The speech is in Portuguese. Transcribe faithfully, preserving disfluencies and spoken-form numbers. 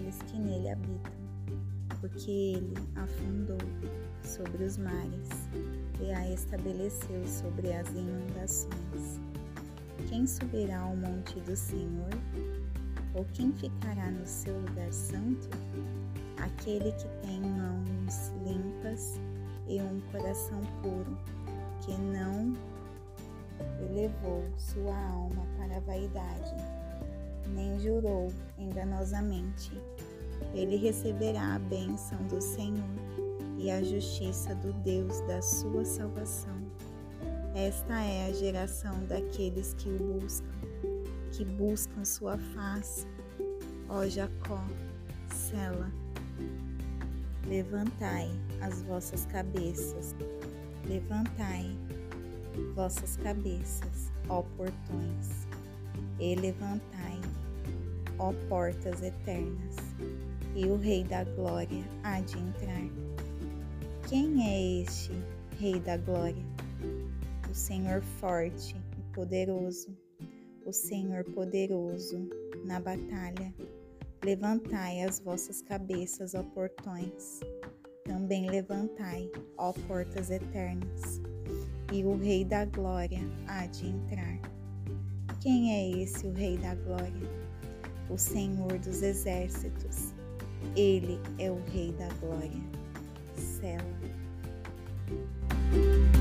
daqueles que nele habitam, porque ele afundou sobre os mares e a estabeleceu sobre as inundações. Quem subirá ao monte do Senhor? Ou quem ficará no seu lugar santo? Aquele que tem mãos limpas e um coração puro, que não elevou sua alma para a vaidade, nem jurou enganosamente. Ele receberá a bênção do Senhor e a justiça do Deus da sua salvação. Esta é a geração daqueles que o buscam, que buscam sua face, ó Jacó, Sela. Levantai as vossas cabeças, levantai vossas cabeças, ó portões, e levantai, ó portas eternas, e o Rei da Glória há de entrar. Quem é este Rei da Glória? O Senhor forte e poderoso, o Senhor poderoso na batalha. Levantai as vossas cabeças, ó portões, também levantai, ó portas eternas, e o Rei da Glória há de entrar. Quem é esse o Rei da Glória? O Senhor dos Exércitos. Ele é o Rei da Glória. Sela.